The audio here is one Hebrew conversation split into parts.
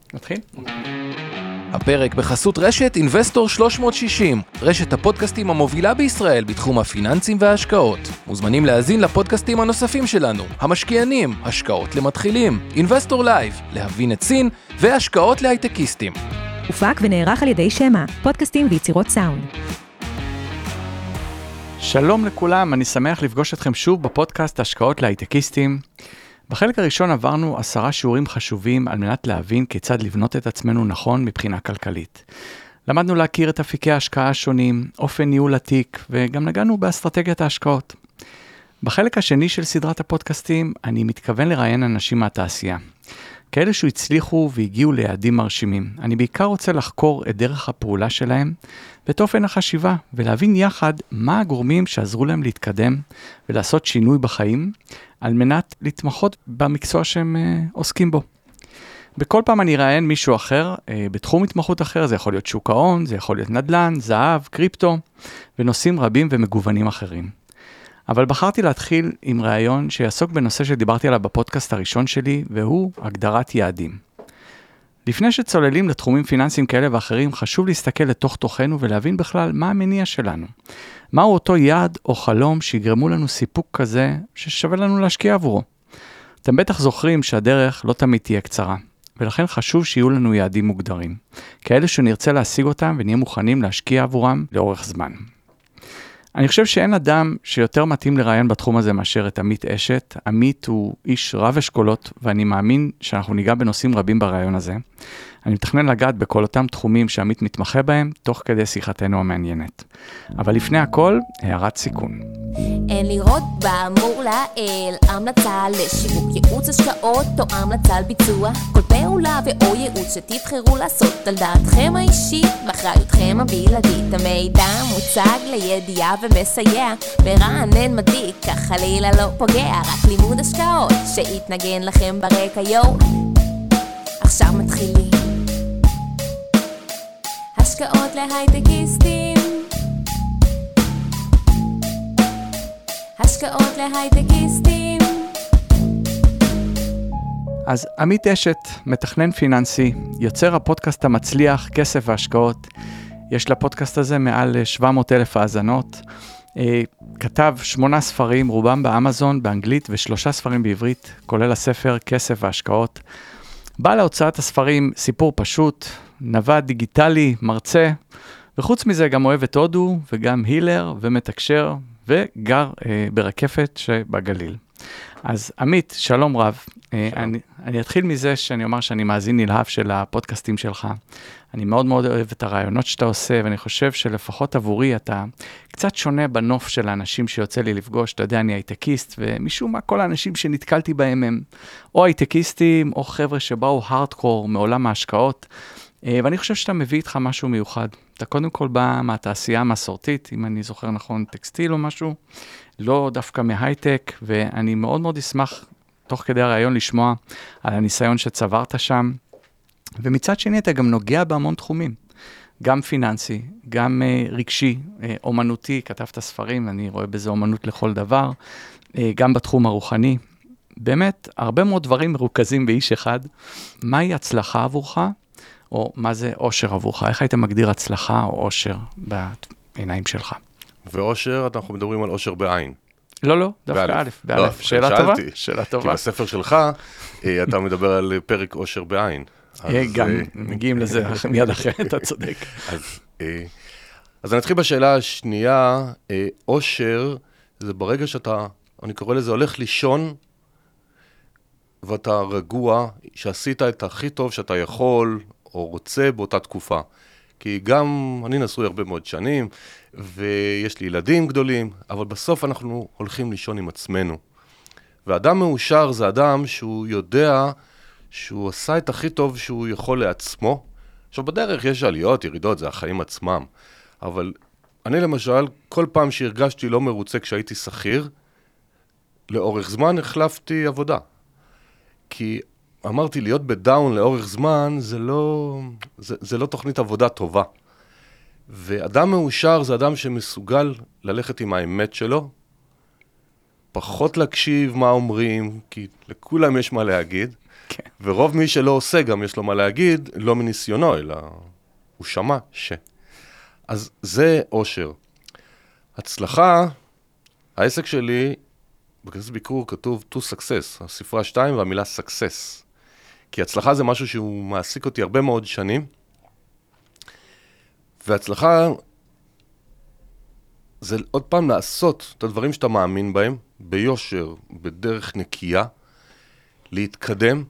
נתחיל? הפרק בחסות רשת אינבסטור 360, רשת הפודקאסטים המובילה בישראל בתחום הפיננסים וההשקעות. מוזמנים להאזין לפודקאסטים הנוספים שלנו, המשקיענים, השקעות למתחילים, אינבסטור לייב, להבין את סין והשקעות להייטקיסטים. הופק ונערך על ידי שמה, פודקאסטים ויצירות סאונד. שלום לכולם, אני שמח לפגוש אתכם שוב בפודקאסט השקעות להייטקיסטים. בחלק הראשון עברנו 10 שיעורים חשובים על מנת להבין כיצד לבנות את עצמנו נכון מבחינה כלכלית. למדנו להכיר את אפיקי ההשקעה השונים, אופן ניהול התיק, וגם נגענו באסטרטגיית ההשקעות. בחלק השני של סדרת הפודקאסטים, אני מתכוון לראיין אנשים מהתעשייה. כאלה שהצליחו והגיעו ליעדים מרשימים. אני בעיקר רוצה לחקור את דרך הפעולה שלהם, ואת אופן החשיבה, ולהבין יחד מה הגורמים שעזרו להם להתקדם ולעשות שינוי בחיים, על מנת להתמחות במקצוע שהם עוסקים בו. בכל פעם אני אראיין מישהו אחר, בתחום התמחות אחר, זה יכול להיות שוק ההון, זה יכול להיות נדל"ן, זהב, קריפטו, ונושאים רבים ומגוונים אחרים. אבל בחרתי להתחיל עם ראיון שיעסוק בנושא שדיברתי עליו בפודקאסט הראשון שלי, והוא הגדרת יעדים. לפני שצוללים לתחומים פיננסיים כאלה ואחרים, חשוב להסתכל לתוך תוכנו ולהבין בכלל מה המניע שלנו. מהו אותו יעד או חלום שיגרמו לנו סיפוק כזה ששווה לנו להשקיע עבורו. אתם בטח זוכרים שהדרך לא תמיד תהיה קצרה, ולכן חשוב שיהיו לנו יעדים מוגדרים, כאלה שנרצה להשיג אותם ונהיה מוכנים להשקיע עבורם לאורך זמן. אני חושב שאין אדם שיותר מתאים לראיין בתחום הזה מאשר את עמית אשת. עמית הוא איש רב אשכולות, ואני מאמין שאנחנו ניגע בנושאים רבים בראיון הזה. אני מתכנן לגעת בכל אותם תחומים שעמית מתמחה בהם, תוך כדי שיחתנו המעניינת. אבל לפני הכל, הערת סיכון. אין לראות באמור לעיל, המלצה לשיווק ייעוץ השקעות או המלצה על ביצוע. כל פעולה ואו ייעוץ שתבחרו לעשות על דעתכם האישית ואחריותכם הבלעדית. המידע מוצג לידיעה ומסייע, מרענן מדיק, כך חלילה לא פוגע, רק לימוד השקעות שיתנגן לכם ברקע. יו, עכשיו מתחילים. השקעות להייטקיסטים, השקעות להייטקיסטים. אז עמית אשת, מתכנן פיננסי, יוצר הפודקאסט המצליח, כסף והשקעות. יש לפודקאסט הזה מעל 700,000 האזנות. כתב 8 ספרים, רובם באמזון, באנגלית, ו3 ספרים בעברית, כולל הספר כסף והשקעות. בא להוצאת הספרים סיפור פשוט, נווד דיגיטלי, מרצה, וחוץ מזה גם אוהב את הודו, וגם הילר ומתקשר, וגר ברקפת שבגליל. אז עמית, שלום רב. אני אתחיל מזה שאני אומר שאני מאזין נלהב של הפודקאסטים שלך. אני מאוד מאוד אוהב את הרעיונות שאתה עושה, ואני חושב שלפחות עבורי אתה קצת שונה בנוף של האנשים שיוצא לי לפגוש. אתה יודע, אני הייטקיסט, ומשום מה כל האנשים שנתקלתי בהם הם או הייטקיסטים, או חבר'ה שבאו הארדקור מעולם ההשקעות, ואני חושב שאתה מביא איתך משהו מיוחד. אתה קודם כל בא מהתעשייה המסורתית, אם אני זוכר נכון, טקסטיל או משהו, לא דווקא מהייטק, ואני מאוד מאוד אשמח תוך כדי הרעיון לשמוע על הניסיון שצברת שם, ומצד שני אתה גם נוגע בהמון תחומים, גם פיננסי, גם רגשי, אומנותי, כתבת ספרים, אני רואה בזה אומנות לכל דבר, גם בתחום הרוחני, באמת הרבה מאוד דברים מרוכזים באיש אחד. מהי הצלחה עבורך, או מה זה אושר עבורך? איך היית מגדיר הצלחה או אושר בעיניים שלך? ואושר, אנחנו מדברים על אושר בעין. לא, דווקא א', באלף. שאלה טובה? שאלה טובה. כי בספר שלך, אתה מדבר על פרק אושר בעין. גם מגיעים לזה מיד אחרי, אתה צודק. אז אני אתחיל בשאלה השנייה. אושר זה ברגע שאתה, אני קורא לזה, הולך לישון, ואתה רגוע, שעשית את הכי טוב שאתה יכול, או רוצה באותה תקופה. כי גם אני נשוי הרבה מאוד שנים, ויש לי ילדים גדולים, אבל בסוף אנחנו הולכים לישון עם עצמנו. ואדם מאושר זה אדם שהוא יודע שהוא עשה את הכי טוב שהוא יכול לעצמו. עכשיו בדרך יש עליות, ירידות, זה החיים עצמם. אבל אני למשל, כל פעם שהרגשתי לא מרוצה כשהייתי שכיר, לאורך זמן החלפתי עבודה. כי אמרתי, להיות בדאון לאורך זמן, זה לא תוכנית עבודה טובה. ואדם מאושר זה אדם שמסוגל ללכת עם האמת שלו, פחות להקשיב מה אומרים, כי לכולם יש מה להגיד, כן. ורוב מי שלא עושה גם יש לו מה להגיד, לא מניסיונו, אלא הוא שמע ש. אז זה אושר. הצלחה, העסק שלי, בכנסת ביקור כתוב to success, הספרה 2 והמילה success. כי הצלחה זה משהו שהוא מעסיק אותי הרבה מאוד שנים, והצלחה זה עוד פעם לעשות את הדברים שאתה מאמין בהם, ביושר, בדרך נקייה, להתקדם,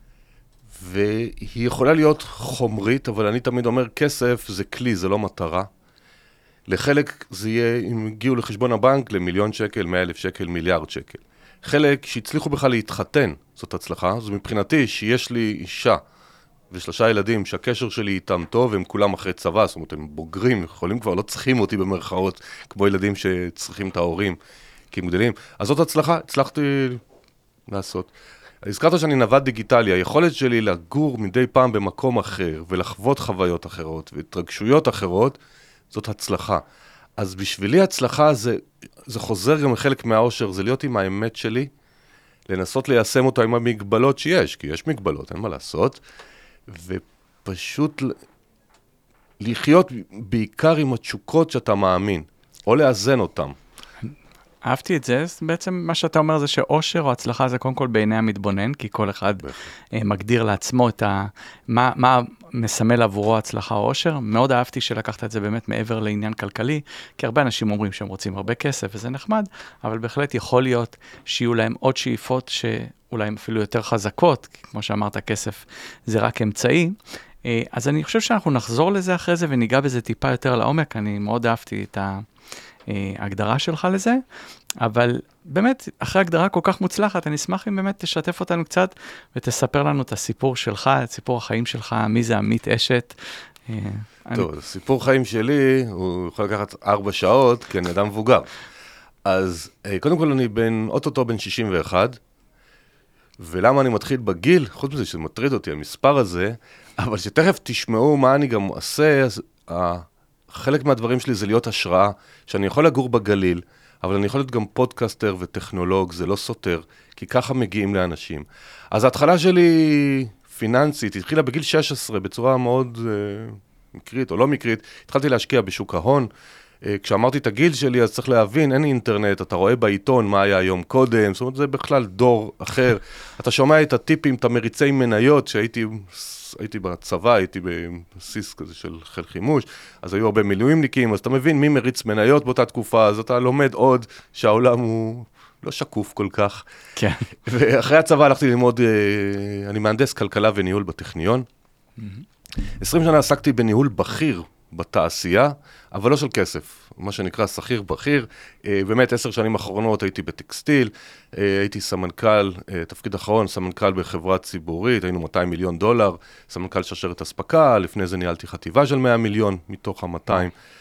והיא יכולה להיות חומרית, אבל אני תמיד אומר, כסף זה כלי, זה לא מטרה. לחלק זה יהיה, אם הגיעו לחשבון הבנק, ל1,000,000 שקל, 100,000 שקל, מיליארד שקל. חלק שהצליחו בכלל להתחתן, זאת הצלחה. אז מבחינתי שיש לי אישה ו3 ילדים שהקשר שלי איתם טוב, הם כולם אחרי צבא, זאת אומרת, הם בוגרים, יכולים כבר, לא צריכים אותי במרכאות, כמו ילדים שצריכים את ההורים, כי הם גדלים. אז זאת הצלחה, הצלחתי לעשות. הזכרת שאני נווד דיגיטלי, היכולת שלי לגור מדי פעם במקום אחר, ולחוות חוויות אחרות, והתרגשויות אחרות, זאת הצלחה. אז בשבילי הצלחה זה חוזר גם לחלק מהאושר, זה להיות עם האמת שלי, לנסות ליישם אותה עם המגבלות שיש, כי יש מגבלות, אין מה לעשות, ופשוט לחיות בעיקר עם התשוקות שאתה מאמין, או לאזן אותם. אהבתי את זה, בעצם מה שאתה אומר זה שאושר או הצלחה זה קודם כל בעיני המתבונן, כי כל אחד מגדיר לעצמו את מה מסמל עבורו הצלחה או אושר. מאוד אהבתי שלקחת את זה באמת מעבר לעניין כלכלי, כי הרבה אנשים אומרים שהם רוצים הרבה כסף וזה נחמד, אבל בהחלט יכול להיות שיהיו להם עוד שאיפות שאולי הם אפילו יותר חזקות, כי כמו שאמרת, כסף זה רק אמצעי. אז אני חושב שאנחנו נחזור לזה אחרי זה וניגע בזה טיפה יותר לעומק, אני מאוד אהבתי את ההגדרה שלך לזה, אבל באמת, אחרי הגדרה כל כך מוצלחת, אני אשמח אם באמת תשתף אותנו קצת, ותספר לנו את הסיפור שלך, את סיפור החיים שלך, מי זה עמית אשת. טוב, סיפור חיים שלי, הוא יכול לקחת 4 שעות, כי אני אדם מבוגר. אז קודם כל אני אוטוטו בן 61, ולמה אני מתחיל בגיל, חוץ מזה שזה מטריד אותי, המספר הזה, אבל שתכף תשמעו מה אני גם עושה, אז חלק מהדברים שלי זה להיות השראה, שאני יכול לגור בגליל, אבל אני יכול להיות גם פודקאסטר וטכנולוג, זה לא סותר, כי ככה מגיעים לאנשים. אז ההתחלה שלי פיננסית, התחילה בגיל 16, בצורה מאוד מקרית או לא מקרית, התחלתי להשקיע בשוק ההון. כשאמרתי את הגיל שלי, אז צריך להבין, אין אינטרנט, אתה רואה בעיתון מה היה היום קודם, זאת אומרת, זה בכלל דור אחר. אתה שומע את הטיפים, את המריצי מניות, שהייתי בצבא, הייתי בסיס כזה של חיל חימוש, אז היו הרבה מילואימניקים, אז אתה מבין מי מריץ מניות באותה תקופה, אז אתה לומד עוד שהעולם הוא לא שקוף כל כך. כן. ואחרי הצבא הלכתי ללמוד, אני מהנדס כלכלה וניהול בטכניון. 20 שנה עסקתי בניהול בכיר בתעשייה, אבל לא של כסף, מה שנקרא שכיר בכיר. באמת 10 שנים אחרונות הייתי בטקסטיל, הייתי סמנכ"ל, תפקיד אחרון, סמנכ"ל בחברה ציבורית, היינו $200 מיליון, סמנכ"ל שרשרת אספקה, לפני זה ניהלתי חטיבה של 100 מיליון מתוך ה-200,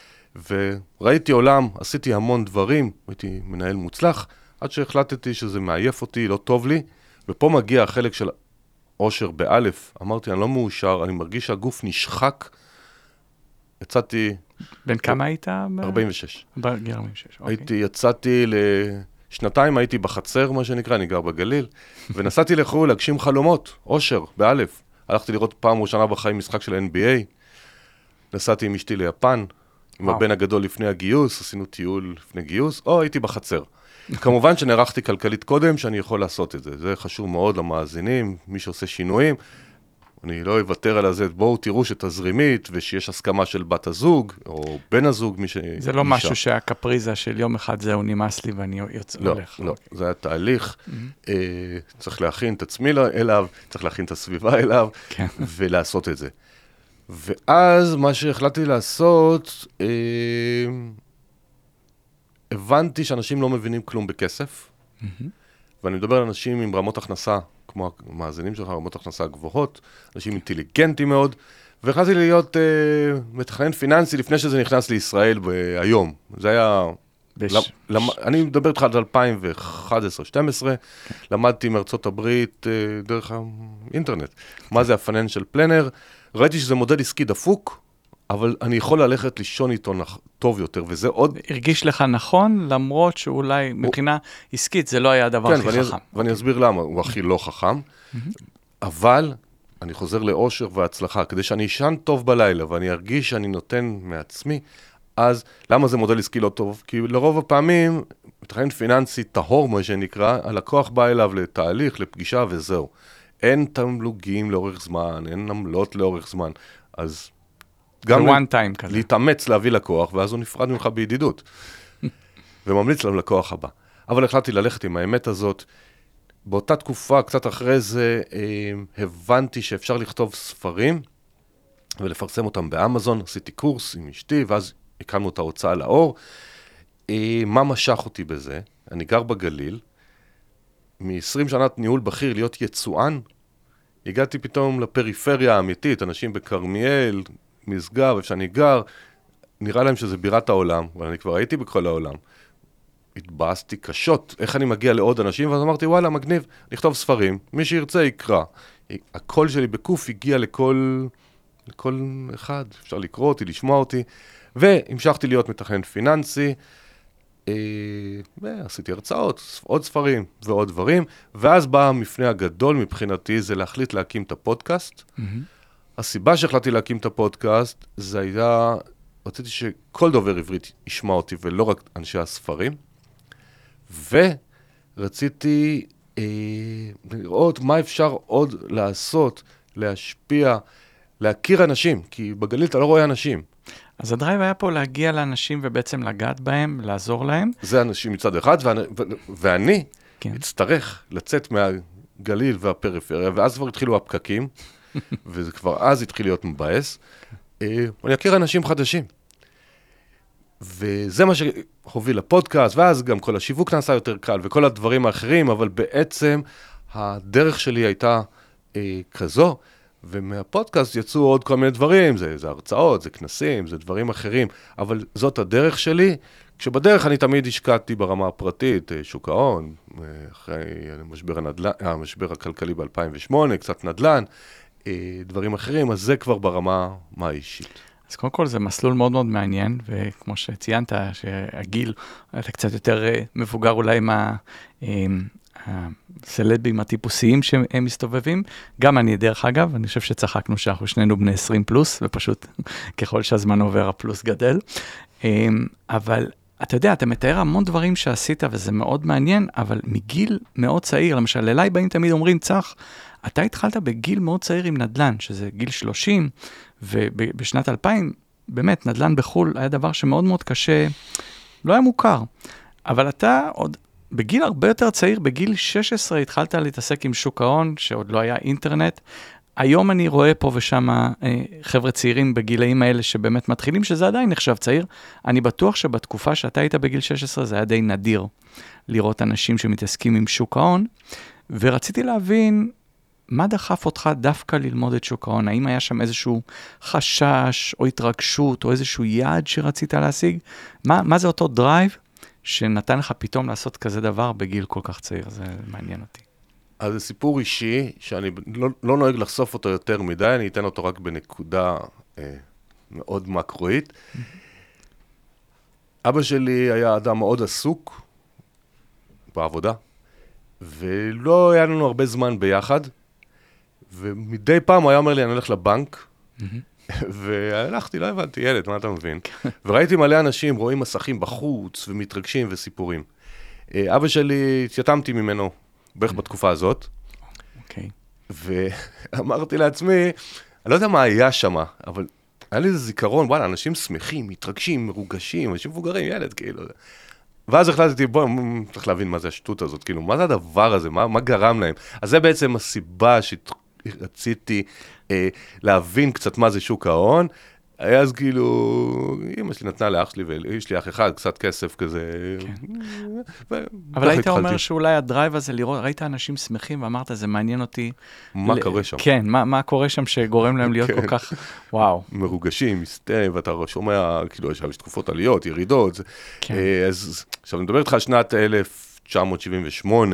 וראיתי עולם, עשיתי המון דברים, הייתי מנהל מוצלח, עד שהחלטתי שזה מעייף אותי, לא טוב לי, ופה מגיע החלק של אושר באלף, אמרתי, אני לא מאושר, אני מרגיש שהגוף נשחק, יצאתי... בין כמה היית? 46. בגיל 46, אוקיי. יצאתי לשנתיים, הייתי בחצר, מה שנקרא, אני גר בגליל, ונסעתי לחו"ל להגשים חלומות, אושר, באלף. הלכתי לראות פעם ראשונה בחיים משחק של NBA, נסעתי עם אשתי ליפן, עם הבן הגדול לפני הגיוס, עשינו טיול לפני גיוס, או הייתי בחצר. כמובן שנערכתי כלכלית קודם, שאני יכול לעשות את זה. זה חשוב מאוד למאזינים, מי שעושה שינויים, אני לא אוותר על זה, בואו תראו שתזרימית, ושיש הסכמה של בת הזוג, או בן הזוג, מי ש... זה לא משהו שהקפריזה של יום אחד זהו נמאס לי ואני הולך. לא, זה היה תהליך, צריך להכין את עצמי אליו, צריך להכין את הסביבה אליו, ולעשות את זה. ואז מה שהחלטתי לעשות, הבנתי שאנשים לא מבינים כלום בכסף, ואני מדבר על אנשים עם רמות הכנסה, כמו המאזינים שלך, רמות הכנסה גבוהות, אנשים אינטליגנטים מאוד, והחלטתי להיות מתכנן פיננסי לפני שזה נכנס לישראל היום. זה היה... אני מדבר איתך על 2011-2012, למדתי מארצות הברית דרך האינטרנט. מה זה ה-Financial Planner? ראיתי שזה מודל עסקי דפוק, אבל אני יכול ללכת לישון איתו טוב יותר, וזה עוד... הרגיש לך נכון, למרות שאולי מבחינה עסקית זה לא היה הדבר הכי חכם. ואני אסביר למה, הוא הכי לא חכם. אבל אני חוזר לאושר והצלחה, כדי שאני אשן טוב בלילה, ואני ארגיש שאני נותן מעצמי, אז למה זה מודל עסקי לא טוב? כי לרוב הפעמים, מתכנן פיננסי טהור, מה שנקרא, הלקוח בא אליו לתהליך, לפגישה וזהו. אין תמלוגים לאורך זמן, אין עמלות לאורך זמן, אז גם להתאמץ להביא לקוח, ואז הוא נפרד ממך בידידות, וממליץ לנו לקוח הבא. אבל החלטתי ללכת עם האמת הזאת. באותה תקופה, קצת אחרי זה, הבנתי שאפשר לכתוב ספרים, ולפרסם אותם באמזון. עשיתי קורס עם אשתי, ואז הקמנו את ההוצאה לאור. מה משך אותי בזה? אני גר בגליל, מ-20 שנת ניהול בכיר להיות יצואן, הגעתי פתאום לפריפריה האמיתית, אנשים בכרמיאל, משגב, איפה שאני גר, נראה להם שזה בירת העולם, אבל אני כבר הייתי בכל העולם. התבאסתי קשות, איך אני מגיע לעוד אנשים, ואז אמרתי, וואלה, מגניב, נכתוב ספרים, מי שירצה יקרא. הקול שלי בקוף הגיע לכל אחד, אפשר לקרוא אותי, לשמוע אותי, והמשכתי להיות מתכנן פיננסי, עשיתי הרצאות, עוד ספרים ועוד דברים, ואז בא המפנה הגדול מבחינתי, זה להחליט להקים את הפודקאסט. הסיבה שהחלטתי להקים את הפודקאסט, זה היה, רציתי שכל דובר עברית ישמע אותי, ולא רק אנשי הספרים, ורציתי לראות מה אפשר עוד לעשות, להשפיע, להכיר אנשים, כי בגליל אתה לא רואה אנשים. אז הדרייב היה פה להגיע לאנשים ובעצם לגעת בהם, לעזור להם. זה אנשים מצד אחד, ואני אצטרך לצאת מהגליל והפריפריה, ואז כבר התחילו הפקקים, וזה כבר אז התחיל להיות מבאס. אני אכיר אנשים חדשים. וזה מה שהוביל לפודקאסט, ואז גם כל השיווק נעשה יותר קל, וכל הדברים האחרים, אבל בעצם הדרך שלי הייתה כזו, ומהפודקאסט יצאו עוד כל מיני דברים, זה הרצאות, זה כנסים, זה דברים אחרים, אבל זאת הדרך שלי, כשבדרך אני תמיד השקעתי ברמה הפרטית, שוק ההון, אחרי המשבר הכלכלי ב-2008, קצת נדל"ן, דברים אחרים, אז זה כבר ברמה מה אישית. אז קודם כל זה מסלול מאוד מאוד מעניין, וכמו שציינת, שהגיל, אתה קצת יותר מבוגר אולי מה... הסלבים הטיפוסיים שהם מסתובבים, גם אני דרך אגב, אני חושב שצחקנו שאנחנו שנינו בני 20 פלוס, ופשוט ככל שהזמן עובר הפלוס גדל, אבל אתה יודע, אתה מתאר המון דברים שעשית וזה מאוד מעניין, אבל מגיל מאוד צעיר, למשל אליי באים תמיד אומרים, צח, אתה התחלת בגיל מאוד צעיר עם נדל"ן, שזה גיל 30, ובשנת 2000, באמת נדל"ן בחול היה דבר שמאוד מאוד קשה, לא היה מוכר, אבל אתה עוד בגיל הרבה יותר צעיר, בגיל 16 התחלת להתעסק עם שוק ההון, שעוד לא היה אינטרנט. היום אני רואה פה ושם חבר'ה צעירים בגילאים האלה שבאמת מתחילים, שזה עדיין נחשב צעיר. אני בטוח שבתקופה שאתה היית בגיל 16 זה היה די נדיר לראות אנשים שמתעסקים עם שוק ההון, ורציתי להבין מה דחף אותך דווקא ללמוד את שוק ההון? האם היה שם איזשהו חשש או התרגשות או איזשהו יעד שרצית להשיג? מה זה אותו דרייב? שנתן לך פתאום לעשות כזה דבר בגיל כל כך צעיר, זה מעניין אותי. אז זה סיפור אישי, שאני לא נוהג לחשוף אותו יותר מדי, אני אתן אותו רק בנקודה מאוד מקרואית. אבא שלי היה אדם מאוד עסוק בעבודה, ולא היה לנו הרבה זמן ביחד, ומדי פעם הוא היה אומר לי, אני הולך לבנק, והלכתי, לא הבנתי, ילד, מה אתה מבין? וראיתי מלא אנשים, רואים מסכים בחוץ, ומתרגשים וסיפורים. אבא שלי, התייתמתי ממנו, בערך בתקופה הזאת. אוקיי. ואמרתי לעצמי, אני לא יודע מה היה שם, אבל היה לי איזה זיכרון, וואלה, אנשים שמחים, מתרגשים, מרוגשים, אנשים מבוגרים, ילד, כאילו. ואז החלטתי, בוא, צריך להבין מה זה השטות הזאת, כאילו, מה זה הדבר הזה, מה גרם להם? אז זה בעצם הסיבה שרציתי להבין קצת מה זה שוק ההון. אז כאילו, אמא שלי נתנה לאח שלי, ויש לי אח אחד, קצת כסף כזה. אבל היית אומר שאולי הדרייב הזה לראות, ראית אנשים שמחים ואמרת, זה מעניין אותי. מה קורה שם? כן, מה קורה שם שגורם להם להיות כל כך, וואו. מרוגשים, מסתיים, ואתה שומע, כאילו, יש תקופות עליות, ירידות. אז עכשיו, אני מדבר איתך על שנת 1978,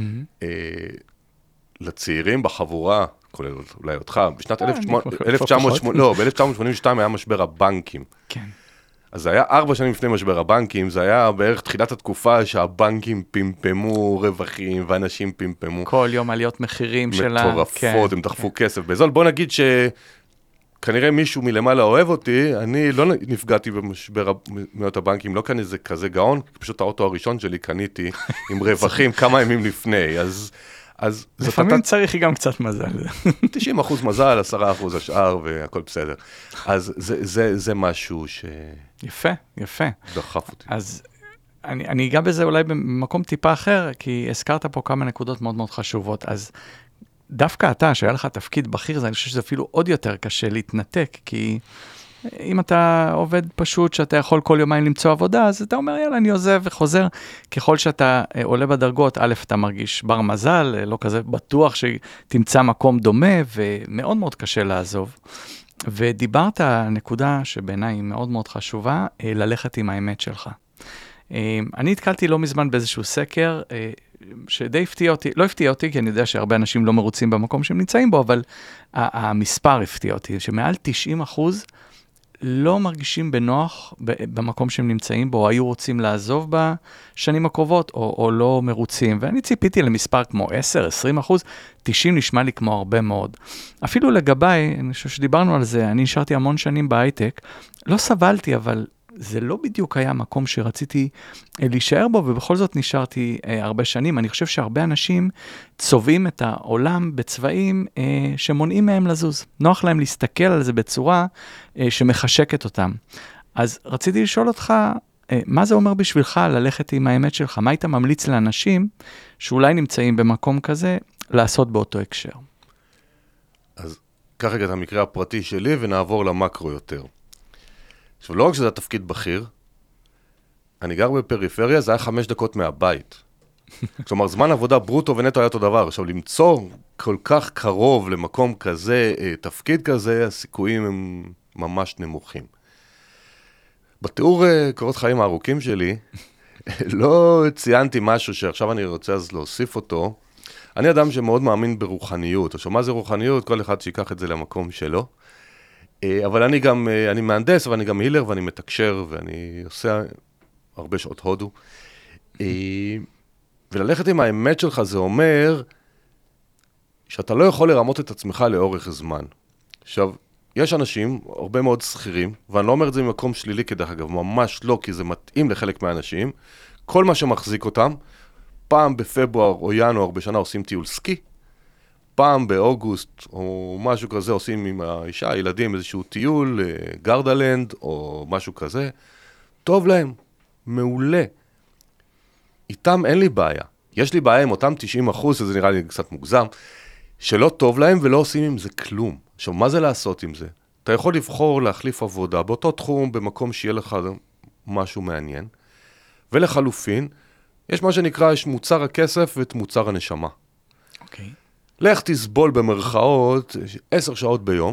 לצעירים בחבורה, כולל אולי אותך, בשנת 1982 היה משבר הבנקים. כן. אז זה היה 4 שנים לפני משבר הבנקים, זה היה בערך תחילת התקופה שהבנקים פמפמו רווחים, ואנשים פמפמו. כל יום עליות מחירים שלה. מטורפות, הם דחפו כסף בזול. בוא נגיד שכנראה מישהו מלמעלה אוהב אותי, אני לא נפגעתי במשבר מאות הבנקים, לא כאן איזה כזה גאון, פשוט האוטו הראשון שלי קניתי עם רווחים כמה ימים לפני, אז לפעמים צריך גם קצת מזל. 90% מזל, 10% השאר, והכל בסדר. אז זה משהו יפה, יפה. דחף אותי. אז אני אגע בזה אולי במקום טיפה אחר, כי הזכרת פה כמה נקודות מאוד מאוד חשובות. אז דווקא אתה, שהיה לך תפקיד בכיר, אני חושב שזה אפילו עוד יותר קשה להתנתק, כי אם אתה עובד פשוט, שאתה יכול כל יומיים למצוא עבודה, אז אתה אומר, יאללה, אני עוזב וחוזר. ככל שאתה עולה בדרגות, א', אתה מרגיש בר מזל, לא כזה בטוח שתמצא מקום דומה, ומאוד מאוד קשה לעזוב. ודיברת על נקודה שבעיניי היא מאוד מאוד חשובה, ללכת עם האמת שלך. אני התקלתי לא מזמן באיזשהו סקר, שדי הפתיע אותי, לא הפתיע אותי, כי אני יודע שהרבה אנשים לא מרוצים במקום שהם נמצאים בו, אבל המספר הפתיע אותי, שמעל 90% לא מרגישים בנוח במקום שהם נמצאים בו, או היו רוצים לעזוב בשנים הקרובות, או לא מרוצים. ואני ציפיתי למספר כמו 10-20%, 90 נשמע לי כמו הרבה מאוד. אפילו לגביי, אני חושב שדיברנו על זה, אני נשארתי המון שנים בהייטק, לא סבלתי, אבל זה לא בדיוק היה מקום שרציתי להישאר בו, ובכל זאת נשארתי הרבה שנים. אני חושב שהרבה אנשים צובעים את העולם בצבעים שמונעים מהם לזוז. נוח להם להסתכל על זה בצורה שמחשקת אותם. אז רציתי לשאול אותך, מה זה אומר בשבילך ללכת עם האמת שלך? מה היית ממליץ לאנשים שאולי נמצאים במקום כזה לעשות באותו הקשר? אז קח רגע את המקרה הפרטי שלי ונעבור למקרו יותר. עכשיו, לא רק שזה התפקיד בכיר, אני גר בפריפריה, זה היה 5 דקות מהבית. כלומר, זמן עבודה ברוטו ונטו היה אותו דבר. עכשיו, למצוא כל כך קרוב למקום כזה, תפקיד כזה, הסיכויים הם ממש נמוכים. בתיאור קורות חיים הארוכים שלי, לא ציינתי משהו שעכשיו אני רוצה אז להוסיף אותו. אני אדם שמאוד מאמין ברוחניות. עכשיו, מה זה רוחניות? כל אחד שיקח את זה למקום שלו. אבל אני מהנדס, ואני גם הילר, ואני מתקשר, ואני עושה הרבה שעות הודו. וללכת עם האמת שלך זה אומר שאתה לא יכול לרמות את עצמך לאורך זמן. עכשיו, יש אנשים, הרבה מאוד שכירים, ואני לא אומר את זה ממקום שלילי כדרך אגב, ממש לא, כי זה מתאים לחלק מהאנשים. כל מה שמחזיק אותם, פעם בפברואר או ינואר בשנה עושים טיול סקי, פעם באוגוסט או משהו כזה עושים עם האישה, הילדים, איזשהו טיול, גרדלנד או משהו כזה. טוב להם, מעולה. איתם אין לי בעיה. יש לי בעיה עם אותם 90%, שזה נראה לי קצת מוגזם, שלא טוב להם ולא עושים עם זה כלום. עכשיו, מה זה לעשות עם זה? אתה יכול לבחור להחליף עבודה באותו תחום, במקום שיהיה לך משהו מעניין, ולחלופין, יש מה שנקרא, יש מוצר הכסף ואת מוצר הנשמה. אוקיי. לך תסבול במרכאות 10 שעות ביום,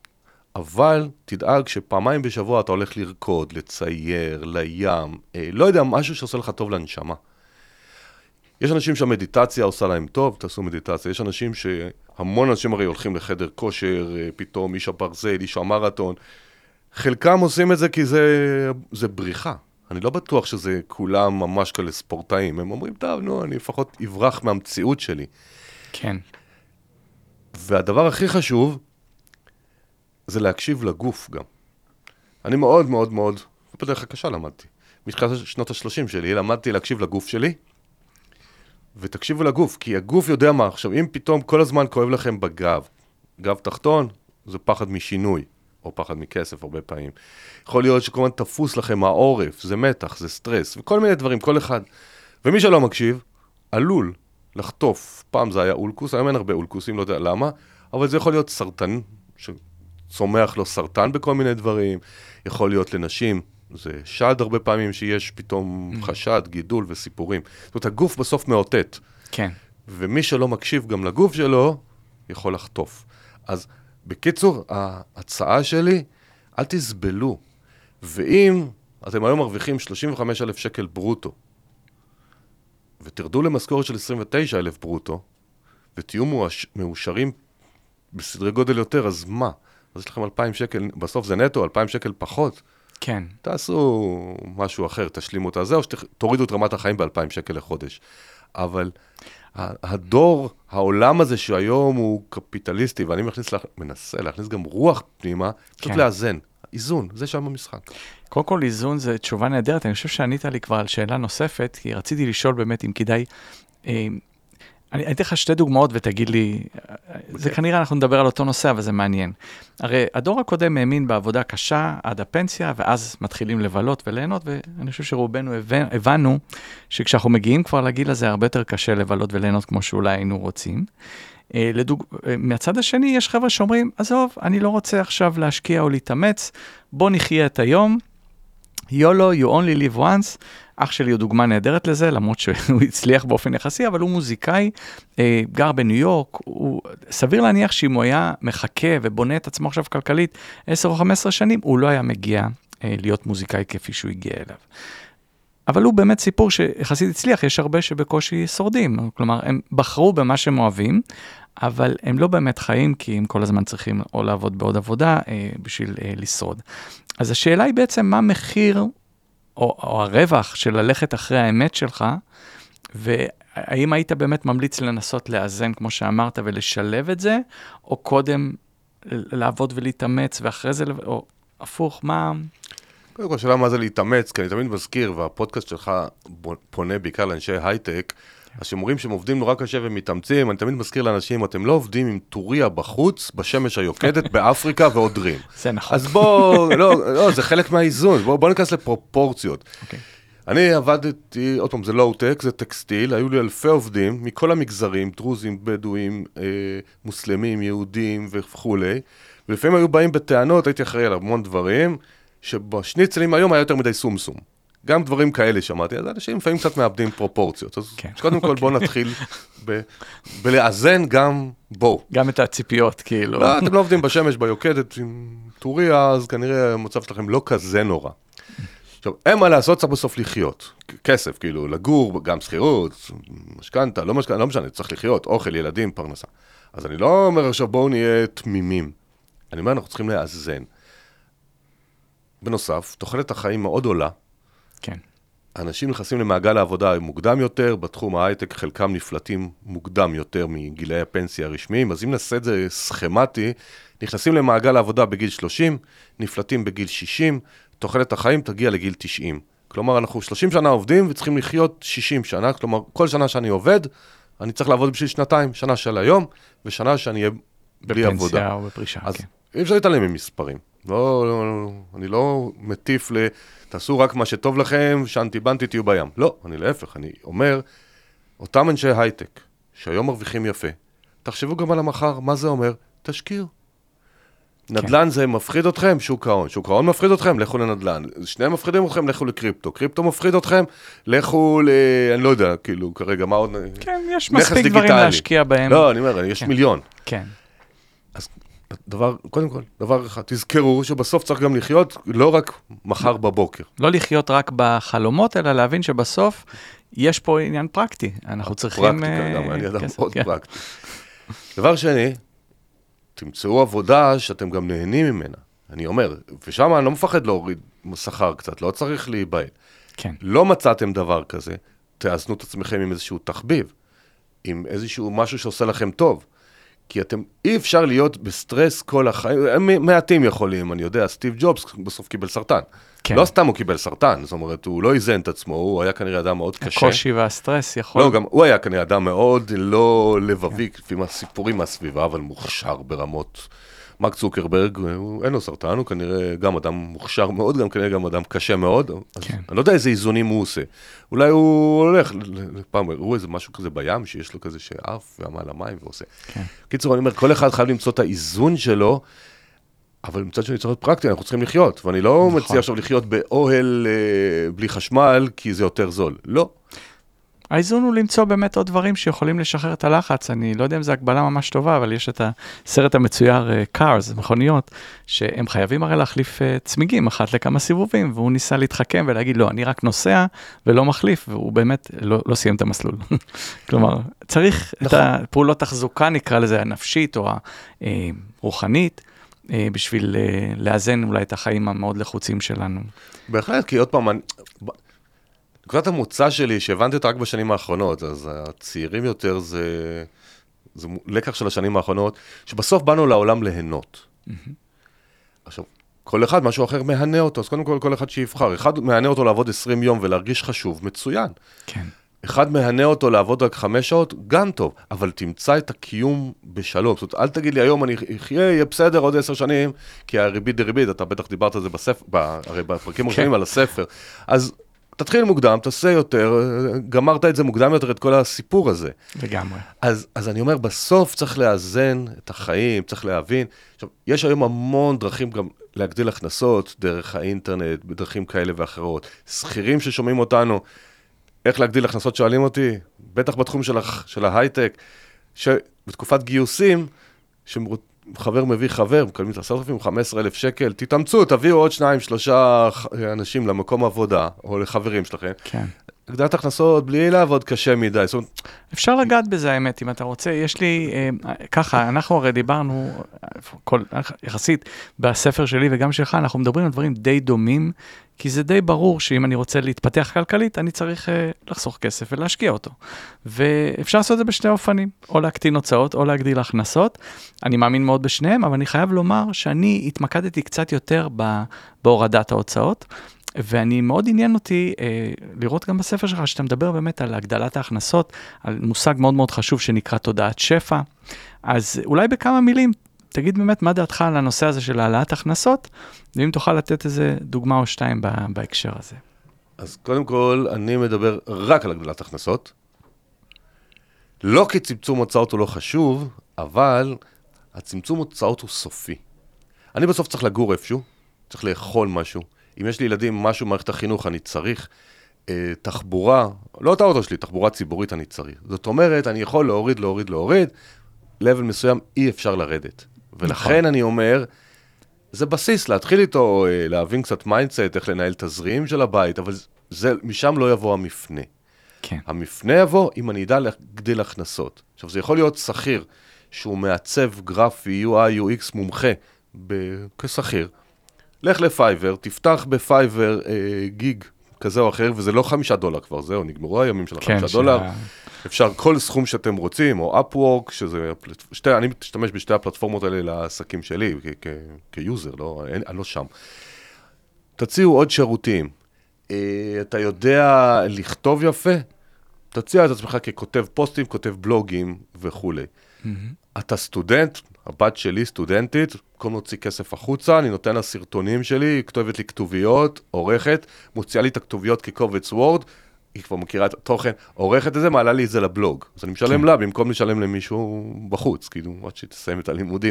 אבל תדאג שפעמיים בשבוע אתה הולך לרקוד, לצייר, לים, לא יודע, משהו שעושה לך טוב לנשמה. יש אנשים שהמדיטציה עושה להם טוב, תעשו מדיטציה. יש אנשים שהמון אנשים הרי הולכים לחדר כושר, פתאום איש הברזל, איש המרתון. חלקם עושים את זה כי זה בריחה. אני לא בטוח שזה כולם ממש כאלה ספורטאים. הם אומרים, טוב, נו, אני לפחות אברח מהמציאות שלי. כן. והדבר הכי חשוב, זה להקשיב לגוף גם. אני מאוד מאוד מאוד, בדרך הקשה למדתי. מתחילת שנות ה-30 שלי, למדתי להקשיב לגוף שלי, ותקשיבו לגוף, כי הגוף יודע מה. עכשיו, אם פתאום כל הזמן כואב לכם בגב, גב תחתון, זה פחד משינוי, או פחד מכסף הרבה פעמים. יכול להיות שכל הזמן תפוס לכם העורף, זה מתח, זה סטרס, וכל מיני דברים, כל אחד. ומי שלא מקשיב, עלול לחטוף. פעם זה היה אולקוס, היום אין הרבה אולקוסים, לא יודע למה, אבל זה יכול להיות סרטן, שצומח לו סרטן בכל מיני דברים, יכול להיות לנשים, זה שד הרבה פעמים שיש פתאום חשד, גידול וסיפורים. זאת אומרת, הגוף בסוף מאותת. כן. ומי שלא מקשיב גם לגוף שלו, יכול לחטוף. אז בקיצור, ההצעה שלי, אל תסבלו. ואם אתם היום מרוויחים 35,000 שקל ברוטו, ותרדו למשכורת של 29,000 ברוטו, ותהיו מאושרים בסדרי גודל יותר, אז מה? אז יש לכם 2,000 שקל, בסוף זה נטו, 2,000 שקל פחות. כן. תעשו משהו אחר, תשלימו את הזה, או שתורידו את רמת החיים ב2,000 שקל לחודש. אבל הדור, העולם הזה שהיום הוא קפיטליסטי, ואני מנסה להכניס גם רוח פנימה, פשוט לאזן. איזון, זה שם המשחק. קודם כל, איזון זה תשובה נהדרת. אני חושב שענית לי כבר על שאלה נוספת, כי רציתי לשאול באמת אם כדאי... אני אתן לך 2 דוגמאות ותגיד לי, זה כנראה אנחנו נדבר על אותו נושא, אבל זה מעניין. הרי הדור הקודם האמין בעבודה קשה עד הפנסיה, ואז מתחילים לבלות וליהנות, ואני חושב שרובנו הבנו שכשאנחנו מגיעים כבר לגיל הזה, הרבה יותר קשה לבלות וליהנות כמו שאולי היינו רוצים. מהצד השני, יש חבר'ה שאומרים, עזוב, אני לא רוצה עכשיו להשקיע או להתאמץ, בוא נחיה את היום, YOLO, you only live once, אח שלי הוא דוגמה נהדרת לזה, למרות שהוא הצליח באופן יחסי, אבל הוא מוזיקאי, גר בניו יורק, הוא סביר להניח שאם הוא היה מחכה ובונה את עצמו עכשיו כלכלית 10 או 15 שנים, הוא לא היה מגיע להיות מוזיקאי כפי שהוא הגיע אליו. אבל הוא באמת סיפור שיחסית הצליח, יש הרבה שבקושי שורדים, כלומר, הם בחרו במה שהם אוהבים, אבל הם לא באמת חיים, כי הם כל הזמן צריכים או לעבוד בעוד עבודה בשביל לשרוד. אז השאלה היא בעצם מה מחיר או הרווח של ללכת אחרי האמת שלך, והאם היית באמת ממליץ לנסות לאזן, כמו שאמרת, ולשלב את זה, או קודם לעבוד ולהתאמץ, ואחרי זה, או הפוך, מה... קודם כל, השאלה מה זה להתאמץ, כי אני תמיד מזכיר, והפודקאסט שלך פונה בעיקר לאנשי הייטק, אז שאומרים שהם עובדים נורא קשה ומתאמצים, אני תמיד מזכיר לאנשים, אתם לא עובדים עם טוריה בחוץ, בשמש היוקדת, באפריקה ועודרים. זה נכון. אז בוא, לא, זה חלק מהאיזון, בוא ניכנס לפרופורציות. אני עבדתי, עוד פעם, זה לואו-טק, זה טקסטיל, היו לי אלפי עובדים, מכל המגזרים, דרוזים, בדואים, מוסלמים, יהודים וכו'. ולפעמים היו באים בטענות, הייתי אחראי על המון דברים, שבשניצלים היום היה יותר מדי סומסום. גם דברים כאלה שמעתי, אז אנשים לפעמים קצת מאבדים פרופורציות. אז קודם כל בואו נתחיל בלאזן גם בואו. גם את הציפיות, כאילו. לא, אתם לא עובדים בשמש ביוקדת עם טוריה, אז כנראה המצב שלכם לא כזה נורא. עכשיו, אין מה לעשות, צריך בסוף לחיות. כסף, כאילו, לגור, גם שכירות, משכנתה, לא משנה, צריך לחיות, אוכל, ילדים, פרנסה. אז אני לא אומר עכשיו בואו נהיה תמימים. אני אומר, אנחנו צריכים לאזן. בנוסף, תוחלת החיים מאוד עולה. כן. אנשים נכנסים למעגל העבודה מוקדם יותר, בתחום ההייטק חלקם נפלטים מוקדם יותר מגילי הפנסיה הרשמיים, אז אם נעשה את זה סכמטי, נכנסים למעגל העבודה בגיל 30, נפלטים בגיל 60, תוחלת החיים תגיע לגיל 90. כלומר, אנחנו 30 שנה עובדים וצריכים לחיות 60 שנה, כלומר, כל שנה שאני עובד, אני צריך לעבוד בשביל 2 שנה של היום, ושנה שאני אהיה בלי עבודה. בפנסיה או בפרישה, אז כן. אי אפשר להתעלם ממספרים. אני לא מטיף תעשו רק מה שטוב לכם, שנתי בנתי תהיו בים. לא, אני להפך, אני אומר, אותם אנשי הייטק, שהיום מרוויחים יפה, תחשבו גם על המחר, מה זה אומר? תשקיעו. נדל"ן זה מפחיד אתכם, שוק ההון. שוק ההון מפחיד אתכם, לכו לנדל"ן. שניהם מפחידים אתכם, לכו לקריפטו. קריפטו מפחיד אתכם, לכו אני לא יודע, כאילו, כרגע, מה עוד? כן, יש מספיק דברים להשקיע בהם. לא, אני אומר, יש מיליון. כן. אז קודם כל, דבר אחד, תזכרו שבסוף צריך גם לחיות, לא רק מחר בבוקר. לא לחיות רק בחלומות, אלא להבין שבסוף יש פה עניין פרקטי. אנחנו צריכים... פרקטיקה, גם אני אדם מאוד פרקטי. דבר שני, תמצאו עבודה שאתם גם נהנים ממנה. אני אומר, ושם אני לא מפחד להוריד שכר קצת, לא צריך להיבהל. כן. לא מצאתם דבר כזה, תאזנו את עצמכם עם איזשהו תחביב, עם איזשהו משהו שעושה לכם טוב. כי אי אפשר להיות בסטרס כל החיים, מעטים יכולים, אני יודע, סטיב ג'ובס בסוף קיבל סרטן. כן. לא סתם הוא קיבל סרטן, זאת אומרת, הוא לא איזן את עצמו, הוא היה כנראה אדם מאוד קשה. הקושי והסטרס יכול... לא, גם הוא היה כנראה אדם מאוד לא לבבי, לפי הסיפורים מהסביבה, אבל מוכשר ברמות. מרק צוקרברג, אין לו סרטן, הוא כנראה גם אדם מוכשר מאוד, גם כנראה גם אדם קשה מאוד. כן. אני לא יודע איזה איזונים הוא עושה. אולי הוא הולך, פעם הראו איזה משהו כזה בים, שיש לו כזה שאף ועמל המים ועושה. כן. קיצור, אני אומר, כל אחד חייב למצוא את האיזון שלו, אבל מצד שני צריך להיות פרקטי, אנחנו צריכים לחיות, ואני לא מציע עכשיו לחיות באוהל בלי חשמל, כי זה יותר זול. לא. האיזון הוא למצוא באמת עוד דברים שיכולים לשחרר את הלחץ. אני לא יודע אם זו הגבלה ממש טובה, אבל יש את הסרט המצויר Cars, מכוניות, שהם חייבים הרי להחליף צמיגים אחת לכמה סיבובים, והוא ניסה להתחכם ולהגיד, לא, אני רק נוסע ולא מחליף, והוא באמת לא סיים את המסלול. כלומר, צריך את הפעולות תחזוקה, נקרא לזה הנפשית או הרוחנית, בשביל לאזן אולי את החיים המאוד לחוצים שלנו. בהחלט, כי עוד פעם, נקודת המוצא שלי, שהבנתי אותה רק בשנים האחרונות, אז הצעירים יותר זה לקח של השנים האחרונות, שבסוף באנו לעולם ליהנות. עכשיו, כל אחד משהו אחר מהנה אותו, אז קודם כל אחד שיבחר. אחד מהנה אותו לעבוד 20 יום ולהרגיש חשוב, מצוין. כן. אחד מהנה אותו לעבוד רק 5 שעות, גם טוב, אבל תמצא את הקיום בשלום. זאת אומרת, אל תגיד לי היום אני יהיה בסדר עוד 10 שנים, כי הריבית דריבית, אתה בטח דיברת על זה בספר, הרי בפרקים ראשונים על הספר. אז תתחיל מוקדם, תעשה יותר, גמרת את זה מוקדם יותר, את כל הסיפור הזה. לגמרי. אז אני אומר, בסוף צריך לאזן את החיים, צריך להבין. עכשיו, יש היום המון דרכים גם להגדיל הכנסות, דרך האינטרנט, בדרכים כאלה ואחרות. שכירים ששומעים אותנו, איך להגדיל הכנסות שואלים אותי, בטח בתחום של ההייטק, שבתקופת גיוסים, חבר מביא חבר, מקבלים 10,000-15,000 שקל, תתאמצו, תביאו עוד 2-3 אנשים למקום עבודה, או לחברים שלכם. כן. הגדלת הכנסות בלי לעבוד קשה מדי. אפשר לגעת בזה, האמת, אם אתה רוצה. יש לי, ככה, אנחנו הרי דיברנו, יחסית, בספר שלי וגם שלך, אנחנו מדברים על דברים די דומים, כי זה די ברור שאם אני רוצה להתפתח כלכלית, אני צריך לחסוך כסף ולהשקיע אותו. ואפשר לעשות את זה בשני אופנים, או להקטין הוצאות, או להגדיל הכנסות. אני מאמין מאוד בשניהם, אבל אני חייב לומר שאני התמקדתי קצת יותר בהורדת ההוצאות, ואני מאוד עניין אותי לראות גם בספר שלך, שאתה מדבר באמת על הגדלת ההכנסות, על מושג מאוד מאוד חשוב שנקרא תודעת שפע. אז אולי בכמה מילים, תגיד באמת מה דעתך על הנושא הזה של העלאת הכנסות, ואם תוכל לתת איזה דוגמה או שתיים בהקשר הזה. אז קודם כל, אני מדבר רק על הגדלת הכנסות. לא כי צמצום הוצאות הוא לא חשוב, אבל הצמצום הוצאות הוא סופי. אני בסוף צריך לגור איפשהו, צריך לאכול משהו. אם יש לי ילדים, משהו במערכת החינוך, אני צריך תחבורה, לא את האוטו שלי, תחבורה ציבורית אני צריך. זאת אומרת, אני יכול להוריד, לבל מסוים אי אפשר לרדת. ולכן אני אומר, זה בסיס, להתחיל איתו, להבין קצת מיינדסט, איך לנהל תזרים של הבית, אבל משם לא יבוא המפנה. כן. המפנה יבוא אם אני אדע להגדיל הכנסות. עכשיו, זה יכול להיות שכיר, שהוא מעצב גרפי, UI, UX מומחה, כשכיר, לך לפייבר, תפתח בפייבר גיג כזה או אחר, וזה לא $5 כבר, זהו, נגמרו הימים של $5. אפשר כל סכום שאתם רוצים, או Upwork, שזה, אני משתמש בשתי הפלטפורמות האלה לעסקים שלי, כיוזר, אני לא שם. תציעו עוד שירותים. אתה יודע לכתוב יפה? תציע את עצמך ככותב פוסטים, כותב בלוגים וכו'. אתה סטודנט, הבת שלי סטודנטית, כל מוציא כסף החוצה, אני נותן לה סרטונים שלי, היא כתובת לי כתוביות, עורכת, מוציאה לי את הכתוביות כקובץ וורד, היא כבר מכירה את התוכן, עורכת את זה, מעלה לי את זה לבלוג. אז אני משלם לה, במקום לשלם למישהו בחוץ, כאילו, עד שתסיים את הלימודים.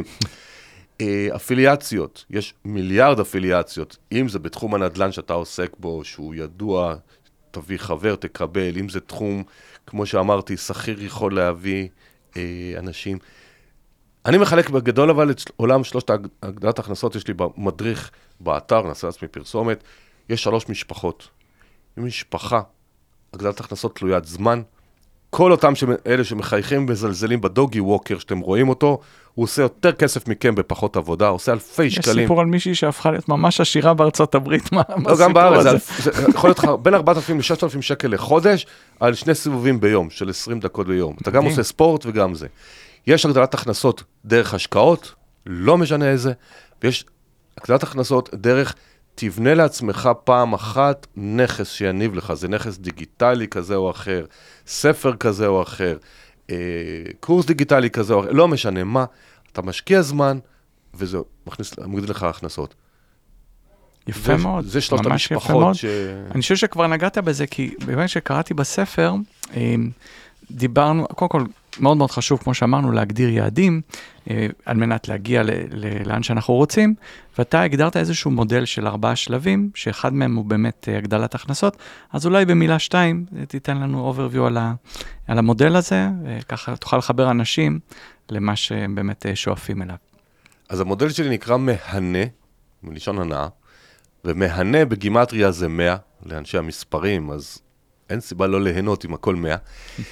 אפיליאציות, יש מיליארד אפיליאציות, אם זה בתחום הנדל"ן שאתה עוסק בו, שהוא ידוע, תביא חבר, תקבל, אם זה תחום, כמו שאמרתי, שכיר יכול להביא אנשים. אני מחלק בגדול אבל את עולם שלושת הגדלת הכנסות, יש לי במדריך באתר, נעשה לעצמי פרסומת, יש 3 משפחות. משפחה, הגדלת הכנסות תלוית זמן, כל אותם אלה שמחייכים וזלזלים בדוגי ווקר שאתם רואים אותו, הוא עושה יותר כסף מכם בפחות עבודה, עושה אלפי שקלים. יש סיפור על מישהי שהפכה להיות ממש עשירה בארצות הברית, מה הסיפור הזה? גם בארץ, זה יכול להיות בין 4,000 ל-6,000 שקל לחודש, על 2 סיבובים ביום, של 20 דקות ביום. אתה גם עושה ספורט וגם זה. יש הגדלת הכנסות דרך השקעות, לא משנה איזה, ויש הגדלת הכנסות דרך תבנה לעצמך פעם אחת נכס שיניב לך, זה נכס דיגיטלי כזה או אחר, ספר כזה או אחר, קורס דיגיטלי כזה או אחר, לא משנה מה, אתה משקיע זמן, וזה מגדיל לך הכנסות. יפה מאוד, זה שלושת המשפחות אני חושב שכבר נגעת בזה, כי באמת שקראתי בספר, דיברנו, קודם כל, מאוד מאוד חשוב, כמו שאמרנו, להגדיר יעדים, על מנת להגיע לאן שאנחנו רוצים, ואתה הגדרת איזשהו מודל של 4 שלבים, שאחד מהם הוא באמת הגדלת הכנסות, אז אולי במילה 2, תיתן לנו overview על המודל הזה, וככה תוכל לחבר אנשים למה שהם באמת שואפים אליו. אז המודל שלי נקרא מהנה, מלשון הנאה, ומהנה בגימטריה זה 100, לאנשי המספרים, אז אין סיבה לא ליהנות עם הכל 100.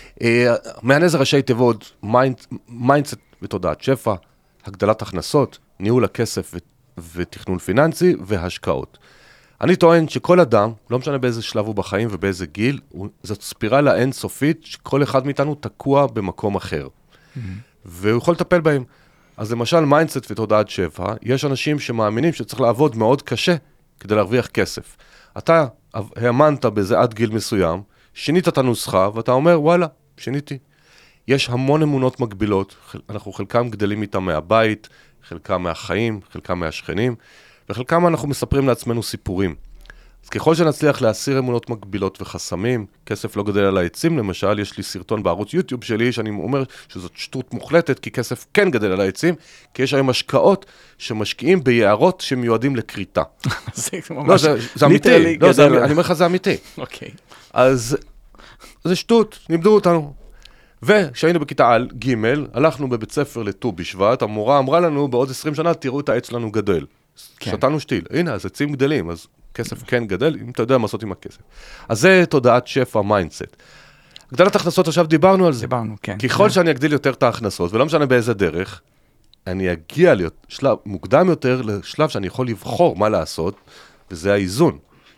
מהנה זה ראשי תיבות, מיינדסט ותודעת שפע, הגדלת הכנסות, ניהול הכסף ותכנון פיננסי והשקעות. אני טוען שכל אדם, לא משנה באיזה שלב הוא בחיים ובאיזה גיל, זאת ספירלה אינסופית שכל אחד מאיתנו תקוע במקום אחר. והוא יכול לטפל בהם. אז למשל, מיינדסט ותודעת שפע, יש אנשים שמאמינים שצריך לעבוד מאוד קשה כדי להרוויח כסף. אתה האמנת בזה עד גיל מסוים, שינית את הנוסחה, ואתה אומר, וואלה, שיניתי. יש המון אמונות מגבילות, אנחנו חלקם גדלים איתם מהבית, חלקם מהחיים, חלקם מהשכנים, וחלקם אנחנו מספרים לעצמנו סיפורים. אז ככל שנצליח להסיר אמונות מגבילות וחסמים, כסף לא גדל על העצים למשל, יש לי סרטון בערוץ יוטיוב שלי, שאני אומר שזאת שטות מוחלטת, כי כסף כן גדל על העצים, כי יש היום השקעות שמשקיעים ביערות שמיועדים לקריטה. לא, זה אמיתי, אני אומר לך זה אמיתי. אוקיי. אז זה שטות, לימדו אותנו. וכשהיינו בכיתה ג' הלכנו בבית ספר לט"ו בשבט, המורה אמרה לנו, בעוד 20 שנה תראו את העץ שלנו גדל. שתנו שתיל, הנה, אז עצים גדלים, אז כסף כן גדל, אם אתה יודע מה לעשות עם הכסף. אז זה תודעת שפע, מיינדסט. הגדלת הכנסות, עכשיו דיברנו על זה. דיברנו, כן. ככל שאני אגדיל יותר את ההכנסות, ולא משנה באיזה דרך, אני אגיע לשלב מוקדם יותר, לשלב שאני יכול לבחור מה לעשות, וזה האיזון.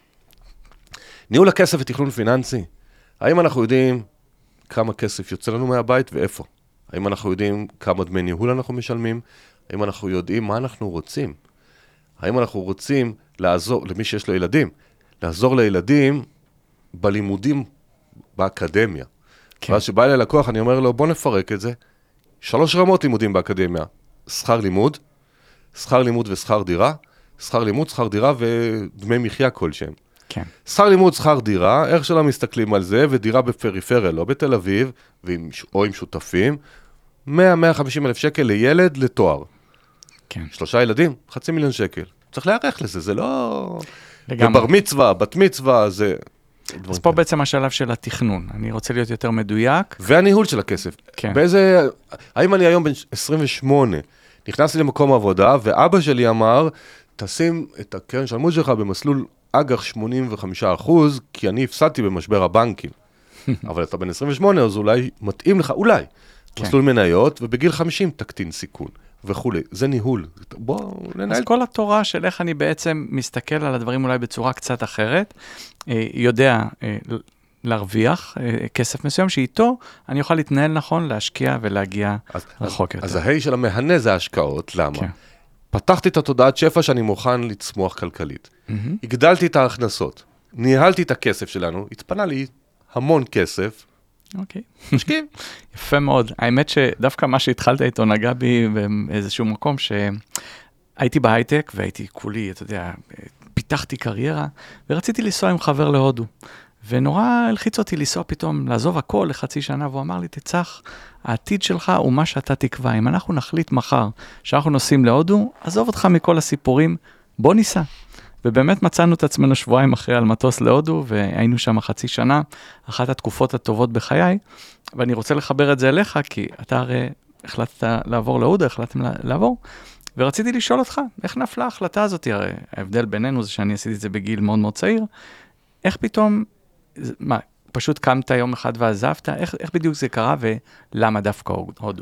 ניהול הכסף ותכנון פיננסי. האם אנחנו יודעים כמה כסף יוצא לנו מהבית ואיפה? האם אנחנו יודעים כמה דמי ניהול אנחנו משלמים? האם אנחנו יודעים מה אנחנו רוצים? האם אנחנו רוצים לעזור, למי שיש לו ילדים, לעזור לילדים בלימודים באקדמיה. כן. ואז שבא אלי לקוח, אני אומר לו, בוא נפרק את זה. 3 רמות לימודים באקדמיה. שכר לימוד ושכר דירה, שכר לימוד, שכר דירה ודמי מחיה כלשהם. כן. שכר לימוד, שכר דירה, איך שלא מסתכלים על זה, ודירה בפריפריה, לא בתל אביב, או עם שותפים, 100-150 אלף שקל לילד לתואר. כן. 3 ילדים, 500,000 שקל. צריך להיערך לזה, זה לא... לגמרי. ובר מצווה, בת מצווה, זה... אז פה בעצם השלב של התכנון. אני רוצה להיות יותר מדויק. והניהול של הכסף. כן. באיזה... האם אני היום בן 28, נכנסתי למקום עבודה, ואבא שלי אמר, תשים את הקרן שלמות שלך במסלול אג"ח 85%, כי אני הפסדתי במשבר הבנקים. אבל אתה בן 28, אז אולי מתאים לך, אולי, מסלול מניות, ובגיל 50 תקטין סיכון. וכולי, זה ניהול. בוא ננהל. אז כל התורה של איך אני בעצם מסתכל על הדברים אולי בצורה קצת אחרת, יודע להרוויח כסף מסוים שאיתו אני אוכל להתנהל נכון, להשקיע ולהגיע רחוק יותר. אז ההי של המהנה זה ההשקעות, למה? פתחתי את התודעת שפע שאני מוכן לצמוח כלכלית. הגדלתי את ההכנסות, ניהלתי את הכסף שלנו, התפנה לי המון כסף, אוקיי. משקיעים. יפה מאוד. האמת שדווקא מה שהתחלת איתו נגע בי באיזשהו מקום שהייתי בהייטק והייתי כולי, אתה יודע, פיתחתי קריירה ורציתי לנסוע עם חבר להודו. ונורא הלחיץ אותי לנסוע פתאום, לעזוב הכל לחצי שנה, והוא אמר לי, תצח, העתיד שלך הוא מה שאתה תקבע. אם אנחנו נחליט מחר שאנחנו נוסעים להודו, עזוב אותך מכל הסיפורים, בוא ניסע. ובאמת מצאנו את עצמנו שבועיים אחרי על מטוס להודו, והיינו שם חצי שנה, אחת התקופות הטובות בחיי, ואני רוצה לחבר את זה אליך, כי אתה הרי החלטת לעבור להודו, החלטתם לעבור, ורציתי לשאול אותך, איך נפלה ההחלטה הזאת? הרי ההבדל בינינו זה שאני עשיתי את זה בגיל מאוד מאוד צעיר, איך פתאום, מה, פשוט קמת יום אחד ועזבת? איך בדיוק זה קרה ולמה דווקא הודו?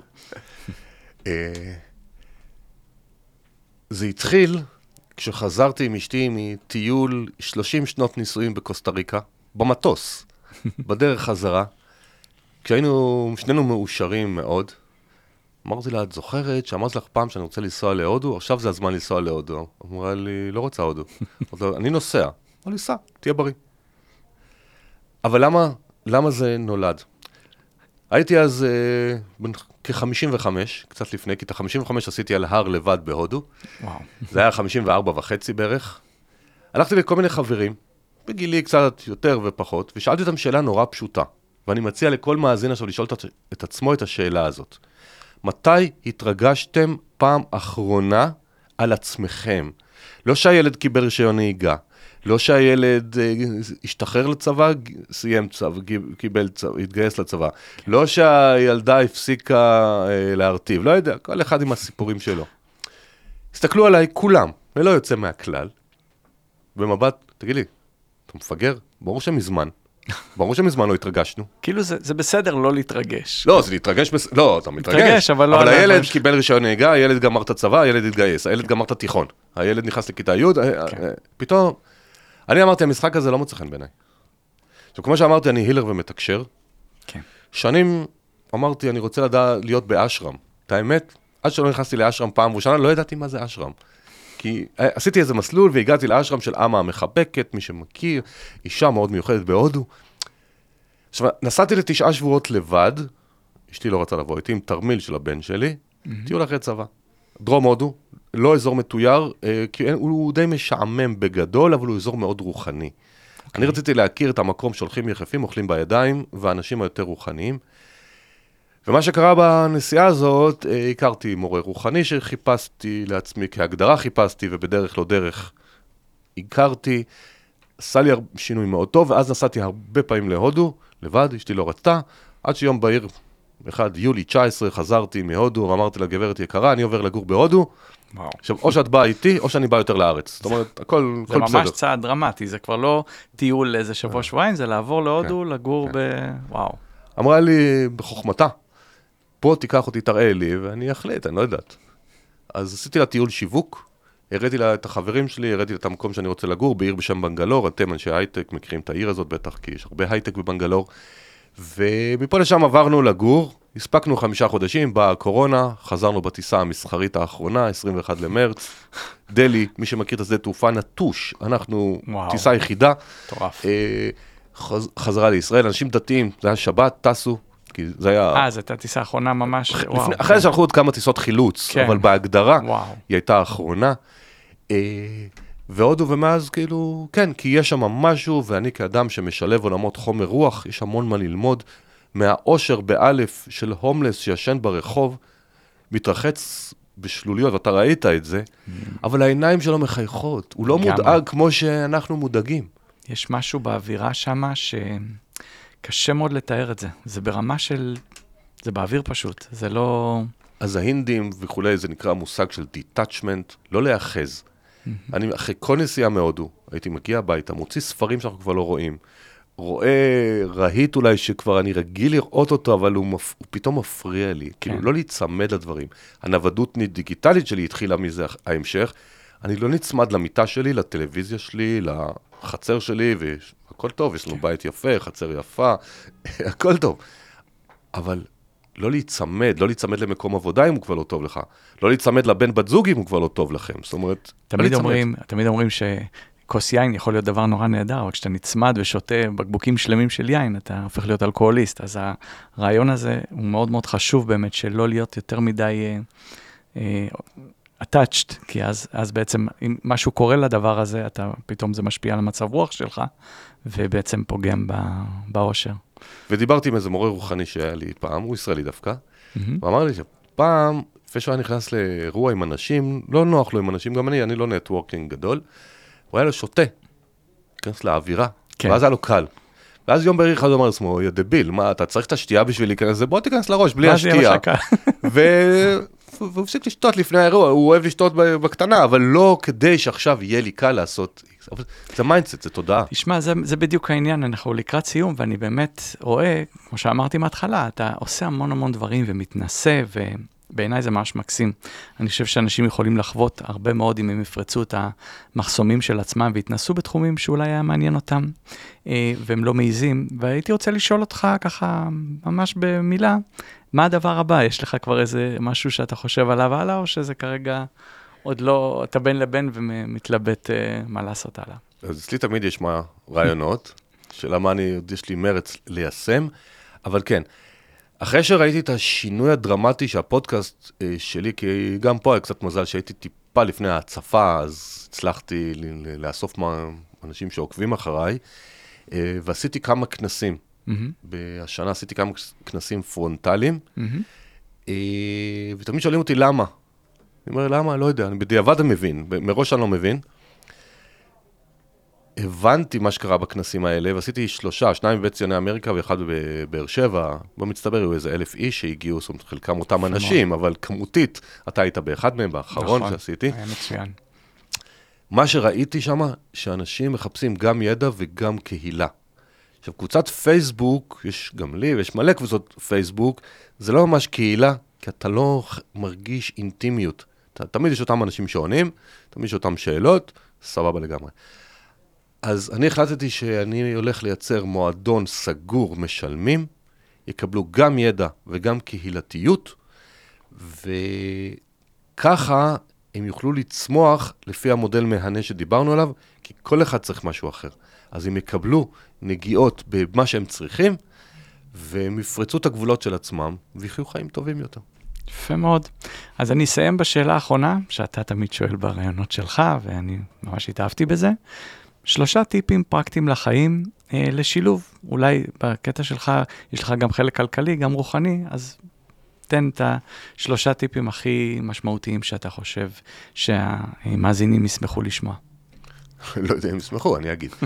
זה התחיל כשחזרתי עם אשתי מטיול 30 שנות נישואים בקוסטה ריקה, במטוס, בדרך חזרה, כשהיינו שנינו מאושרים מאוד, אמרתי לה, את זוכרת שאמרת לך פעם שאני רוצה לנסוע להודו? עכשיו זה הזמן לנסוע להודו. אמרה לי, לא רוצה הודו. אני נוסע. אמרה לי, סע, תהיה בריא. אבל למה זה נולד? הייתי אז כ-55, קצת לפני, כי את ה-55 עשיתי על הר לבד בהודו. וואו. זה היה 54.5 בערך. הלכתי לכל מיני חברים, בגילי קצת יותר ופחות, ושאלתי אותם שאלה נורא פשוטה. ואני מציע לכל מאזין עכשיו לשאול את עצמו את השאלה הזאת. מתי התרגשתם פעם אחרונה על עצמכם? לא שהילד קיבל רישיון נהיגה, לא שהילד השתחרר לצבא, סיים צבא, קיבל צבא, התגייס לצבא. לא שהילדה הפסיקה להרטיב, לא יודע, כל אחד עם הסיפורים שלו. הסתכלו עליי כולם, ולא יוצא מהכלל. במבט, תגיד לי, אתה מפגר? ברור שמזמן. ברור שמזמן לא התרגשנו. כאילו זה בסדר לא להתרגש. לא, זה להתרגש, לא, אתה מתרגש. אבל לא... אבל הילד קיבל רישיון נהיגה, הילד גמר את הצבא, הילד התגייס, הילד גמר את התיכון, הילד נכנס לכיתה י', פתאום... אני אמרתי, המשחק הזה לא מוצא חן בעיניי. עכשיו, כמו שאמרתי, אני הילר ומתקשר. כן. שנים אמרתי, אני רוצה להיות באשרם. את האמת, עד שלא נכנסתי לאשרם פעם ראשונה, לא ידעתי מה זה אשרם. כי עשיתי איזה מסלול והגעתי לאשרם של אמה המחבקת, מי שמכיר, אישה מאוד מיוחדת בהודו. עכשיו, נסעתי ל9 שבועות לבד, אשתי לא רצה לבוא איתי, עם תרמיל של הבן שלי, טיול אחרי צבא. דרום הודו, לא אזור מתויר, כי הוא די משעמם בגדול, אבל הוא אזור מאוד רוחני. אני רציתי להכיר את המקום שהולכים יחפים, אוכלים בידיים, והאנשים היותר רוחניים. ומה שקרה בנסיעה הזאת, הכרתי מורה רוחני שחיפשתי לעצמי, כהגדרה חיפשתי, ובדרך לא דרך הכרתי, עשה לי שינוי מאוד טוב, ואז נסעתי הרבה פעמים להודו, לבד, אשתי לא רצתה, עד שיום בהיר, 1 יולי 19, חזרתי מהודו, ואמרתי לגברת יקרה, אני עובר לגור בהודו, עכשיו, או שאת באה איתי, או שאני בא יותר לארץ. זאת אומרת, הכל בסדר. זה ממש צעד דרמטי, זה כבר לא טיול איזה שבוע-שבועיים, זה לעבור להודו, לגור וואו. אמרה לי בחוכמתה, פה תיקח אותי, תראה לי, ואני אחליט, אני לא יודעת. אז עשיתי לה טיול שיווק, הראיתי לה את החברים שלי, הראיתי לה את המקום שאני רוצה לגור, בעיר בשם בנגלור, אתם אנשי הייטק, מכירים את העיר הזאת בטח, כי יש הרבה הייטק בבנגלור, ומפה לשם עברנו לגור, הספקנו 5 חודשים, באה הקורונה, חזרנו בטיסה המסחרית האחרונה, 21 למרץ, דלי, מי שמכיר את השדה תעופה נטוש, אנחנו טיסה יחידה, חזרה לישראל, אנשים דתיים, זה היה שבת, טסו, כי זה היה... זו הייתה טיסה האחרונה ממש, אחרי שלחו עוד כמה טיסות חילוץ, אבל בהגדרה היא הייתה האחרונה, והודו ומאז כאילו, כן, כי יש שם משהו, ואני כאדם שמשלב עולמות חומר רוח, יש המון מה ללמוד, מהאושר באלף של הומלס שישן ברחוב, מתרחץ בשלוליות, ואתה ראית את זה, אבל העיניים שלו מחייכות, הוא לא מודאג כמו שאנחנו מודאגים. יש משהו באווירה שמה שקשה מאוד לתאר את זה, זה ברמה של, זה באוויר פשוט, זה לא... אז ההינדים וכולי, זה נקרא מושג של detachment, לא להאחז. אני אחרי כל נסיעה מהודו, הייתי מגיע הביתה, מוציא ספרים שאנחנו כבר לא רואים, רואה רהיט אולי שכבר אני רגיל לראות אותו, אבל הוא פתאום מפריע לי, כאילו לא להצמד לדברים. הנוודות דיגיטלית שלי התחילה מזה ההמשך, אני לא נצמד למיטה שלי, לטלוויזיה שלי, לחצר שלי, והכל טוב, יש לנו בית יפה, חצר יפה, הכל טוב. אבל לא להצמד למקום עבודה אם הוא כבר לא טוב לך, לא להצמד לבן בת זוג אם הוא כבר לא טוב לכם, זאת אומרת, תמיד אומרים כוס יין יכול להיות דבר נורא נהדר, אבל כשאתה נצמד ושותה בקבוקים שלמים של יין, אתה הופך להיות אלכוהוליסט. אז הרעיון הזה הוא מאוד מאוד חשוב באמת, שלא להיות יותר מדי attached, כי אז בעצם אם משהו קורה לדבר הזה, פתאום זה משפיע על המצב רוח שלך, ובעצם פוגם באושר. ודיברתי עם איזה מורה רוחני שהיה לי פעם, הוא ישראלי דווקא, ואמר לי שפעם, לפני שהוא היה נכנס לאירוע עם אנשים, לא נוח לו עם אנשים, גם אני לא נטוורקינג גדול, הוא היה לו שותה, נכנס לאווירה, ואז היה לו קל. ואז יום בערך אחד הוא אמר לעצמו, יא דביל, מה, אתה צריך את השתייה בשביל להיכנס לזה? בוא תיכנס לראש, בלי השתייה. והוא הפסיק לשתות לפני האירוע, הוא אוהב לשתות בקטנה, אבל לא כדי שעכשיו יהיה לי קל לעשות. זה מיינדסט, זה תודעה. תשמע, זה בדיוק העניין, אנחנו לקראת סיום, ואני באמת רואה, כמו שאמרתי מההתחלה, אתה עושה המון דברים ומתנסה, בעיניי זה ממש מקסים. אני חושב שאנשים יכולים לחוות הרבה מאוד אם הם יפרצו את המחסומים של עצמם והתנסו בתחומים שאולי היה מעניין אותם, והם לא מעיזים. והייתי רוצה לשאול אותך ככה ממש במילה, מה הדבר הבא? יש לך כבר איזה משהו שאתה חושב עליו הלאה, או שזה כרגע עוד לא, אתה בין לבין ומתלבט מה לעשות הלאה? אז אצלי תמיד יש רעיונות, שלמה יש לי מרץ ליישם, אבל כן, אחרי שראיתי את השינוי הדרמטי שהפודקאסט שלי, כי גם פה היה קצת מזל שהייתי טיפה לפני ההצפה, אז הצלחתי לאסוף אנשים שעוקבים אחריי, ועשיתי כמה כנסים. בשנה עשיתי כמה כנסים פרונטליים, ותמיד שואלים אותי למה. אני אומר, למה? לא יודע, אני בדיעבד מבין, מראש אני לא מבין. הבנתי מה שקרה בכנסים האלה, ועשיתי 3, 2 בבית ציוני אמריקה ואחד בבאר שבע, במצטבר היו איזה 1,000 איש שהגיעו, זאת אומרת, חלקם אותם אנשים, אבל כמותית, אתה היית באחד מהם, באחרון שעשיתי. היה מצוין. מה שראיתי שם, שאנשים מחפשים גם ידע וגם קהילה. עכשיו, קבוצת פייסבוק, יש גם לי, ויש מלא קבוצות פייסבוק, זה לא ממש קהילה, כי אתה לא מרגיש אינטימיות. תמיד יש אותם אנשים שעונים, תמיד יש אותם שאלות, סבבה לגמרי. אז אני החלטתי שאני הולך לייצר מועדון סגור משלמים, יקבלו גם ידע וגם קהילתיות, וככה הם יוכלו לצמוח לפי המודל מהנה שדיברנו עליו, כי כל אחד צריך משהו אחר. אז הם יקבלו נגיעות במה שהם צריכים, והם יפרצו את הגבולות של עצמם, ויחיו חיים טובים יותר. יפה מאוד. אז אני אסיים בשאלה האחרונה, שאתה תמיד שואל ברעיונות שלך, ואני ממש התאהבתי בזה. 3 טיפים פרקטיים לחיים לשילוב. אולי בקטע שלך, יש לך גם חלק כלכלי, גם רוחני, אז תן את 3 טיפים הכי משמעותיים שאתה חושב שהמאזינים ישמחו לשמוע. לא יודע אם ישמחו, אני אגיד.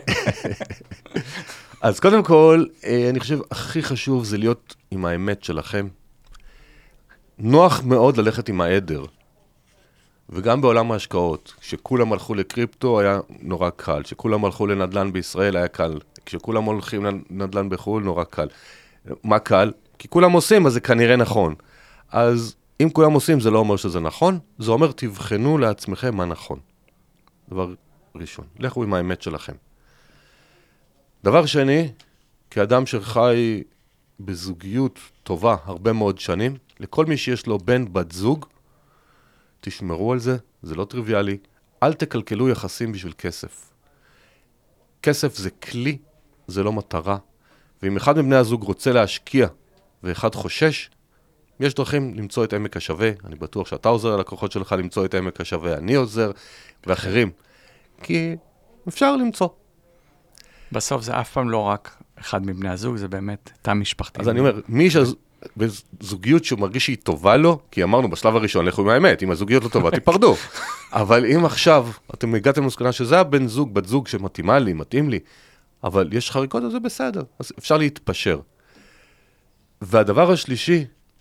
אז קודם כל, אני חושב הכי חשוב זה להיות עם האמת שלכם. נוח מאוד ללכת עם העדר. וגם בעולם ההשקעות, כשכולם הלכו לקריפטו היה נורא קל, כשכולם הלכו לנדלן בישראל היה קל, כשכולם הולכים לנדלן בחו"ל נורא קל. מה קל? כי כולם עושים, אז זה כנראה נכון. אז אם כולם עושים, זה לא אומר שזה נכון, זה אומר תבחנו לעצמכם מה נכון. דבר ראשון, לכו עם האמת שלכם. דבר שני, כאדם שחי בזוגיות טובה הרבה מאוד שנים, לכל מי שיש לו בן בת זוג, תשמרו על זה, זה לא טריוויאלי, אל תקלקלו יחסים בשביל כסף. כסף זה כלי, זה לא מטרה, ואם אחד מבני הזוג רוצה להשקיע ואחד חושש, יש דרכים למצוא את עמק השווה, אני בטוח שאתה עוזר ללקוחות שלך למצוא את עמק השווה, אני עוזר, ואחרים, כי אפשר למצוא. בסוף זה אף פעם לא רק אחד מבני הזוג, זה באמת תא משפחתי. אז אני אומר, מי בזוגיות שהוא מרגיש שהיא טובה לו, כי אמרנו בשלב הראשון, לכו עם האמת, אם הזוגיות לא טובה, תיפרדו. אבל אם עכשיו אתם הגעתם למסקנה שזה הבן זוג, בת זוג שמתאימה לי, מתאים לי, אבל יש חריקות, אז זה בסדר, אז אפשר להתפשר. והדבר השלישי,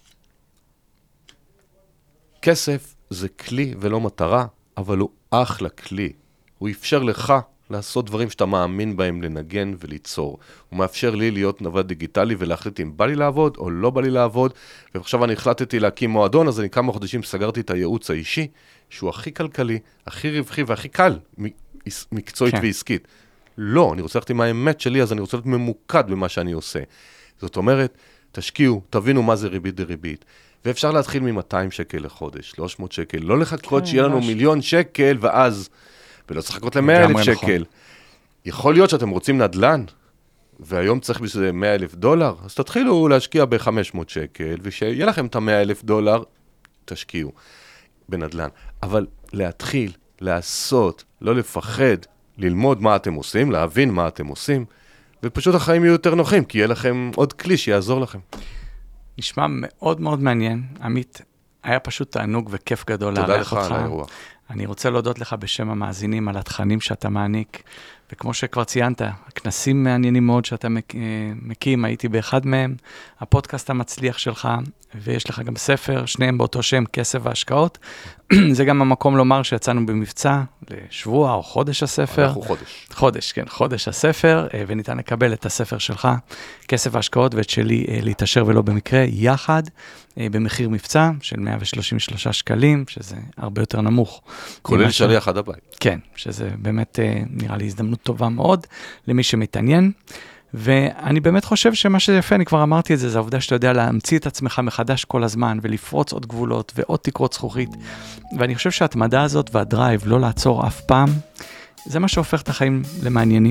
כסף זה כלי ולא מטרה, אבל הוא אחלה כלי. הוא אפשר לך לעשות דברים שאתה מאמין בהם, לנגן וליצור. הוא מאפשר לי להיות נווד דיגיטלי ולהחליט אם בא לי לעבוד או לא בא לי לעבוד. ועכשיו אני החלטתי להקים מועדון, אז אני כמה חודשים סגרתי את הייעוץ האישי, שהוא הכי כלכלי, הכי רווחי והכי קל, מקצועית ועסקית. לא, אני רוצה ללכת עם האמת שלי, אז אני רוצה להיות ממוקד במה שאני עושה. זאת אומרת, תשקיעו, תבינו מה זה ריבית דריבית. ואפשר להתחיל מ-200 שקל לחודש, 300 שקל, לא לחכות שיהיה לנו 1,000,000 שקל, ואז, ולא צריך לחכות ל100,000 שקל. יכול להיות שאתם רוצים נדל"ן, והיום צריך בשביל $100,000, אז תתחילו להשקיע ב-500 שקל, ושיהיה לכם את $100,000, תשקיעו בנדל"ן. אבל להתחיל, לעשות, לא לפחד, ללמוד מה אתם עושים, להבין מה אתם עושים, ופשוט החיים יהיו יותר נוחים, כי יהיה לכם עוד כלי שיעזור לכם. נשמע מאוד מאוד מעניין. עמית, היה פשוט תענוג וכיף גדול לארח אותך. תודה לך על האירוע. אני רוצה להודות לך בשם המאזינים על התכנים שאתה מעניק, וכמו שכבר ציינת, הכנסים מעניינים מאוד שאתה מקים, הייתי באחד מהם, הפודקאסט המצליח שלך, ויש לך גם ספר, שניהם באותו שם, כסף והשקעות. זה גם המקום לומר שיצאנו במבצע לשבוע או חודש הספר. אנחנו חודש. חודש, כן, חודש הספר, וניתן לקבל את הספר שלך, כסף והשקעות, ואת שלי להתעשר ולא במקרה, יחד, במחיר מבצע של 133 שקלים, שזה הרבה יותר נמוך. כולל שליח עד הבית. כן, שזה באמת נראה לי הזדמנות טובה מאוד למי שמתעניין. ואני באמת חושב שמה שיפה, אני כבר אמרתי את זה, זה העובדה שאתה יודע להמציא את עצמך מחדש כל הזמן, ולפרוץ עוד גבולות ועוד תקרות זכוכית. ואני חושב שההתמדה הזאת והדרייב, לא לעצור אף פעם, זה מה שהופך את החיים למעניינים,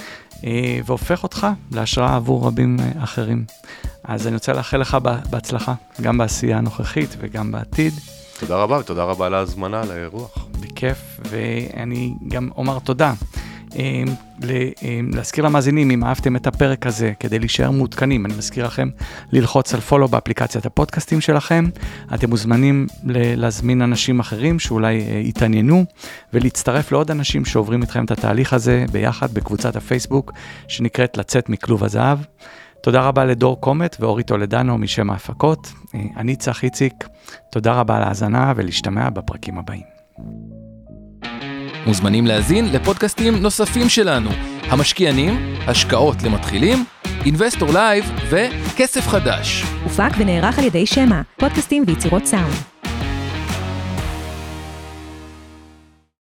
והופך אותך להשראה עבור רבים אחרים. אז אני רוצה לאחל לך בהצלחה, גם בעשייה הנוכחית וגם בעתיד. תודה רבה, ותודה רבה על ההזמנה, לאירוח. בכיף, ואני גם אומר תודה. להזכיר למאזינים, אם אהבתם את הפרק הזה, כדי להישאר מעודכנים, אני מזכיר לכם ללחוץ על פולו באפליקציית הפודקאסטים שלכם. אתם מוזמנים להזמין אנשים אחרים שאולי יתעניינו, ולהצטרף לעוד אנשים שעוברים איתכם את התהליך הזה ביחד בקבוצת הפייסבוק, שנקראת לצאת מכלוב הזהב. תודה רבה לדור קומט ואורי טולדנו משם ההפקות. אני צח איציק, תודה רבה על ההאזנה ולהשתמע בפרקים הבאים. מוזמנים להזין לפודקאסטים נוספים שלנו. המשקיענים, השקעות למתחילים, אינבסטור לייב וכסף חדש. הופק ונערך על ידי שמע, פודקאסטים ויצירות סאונד.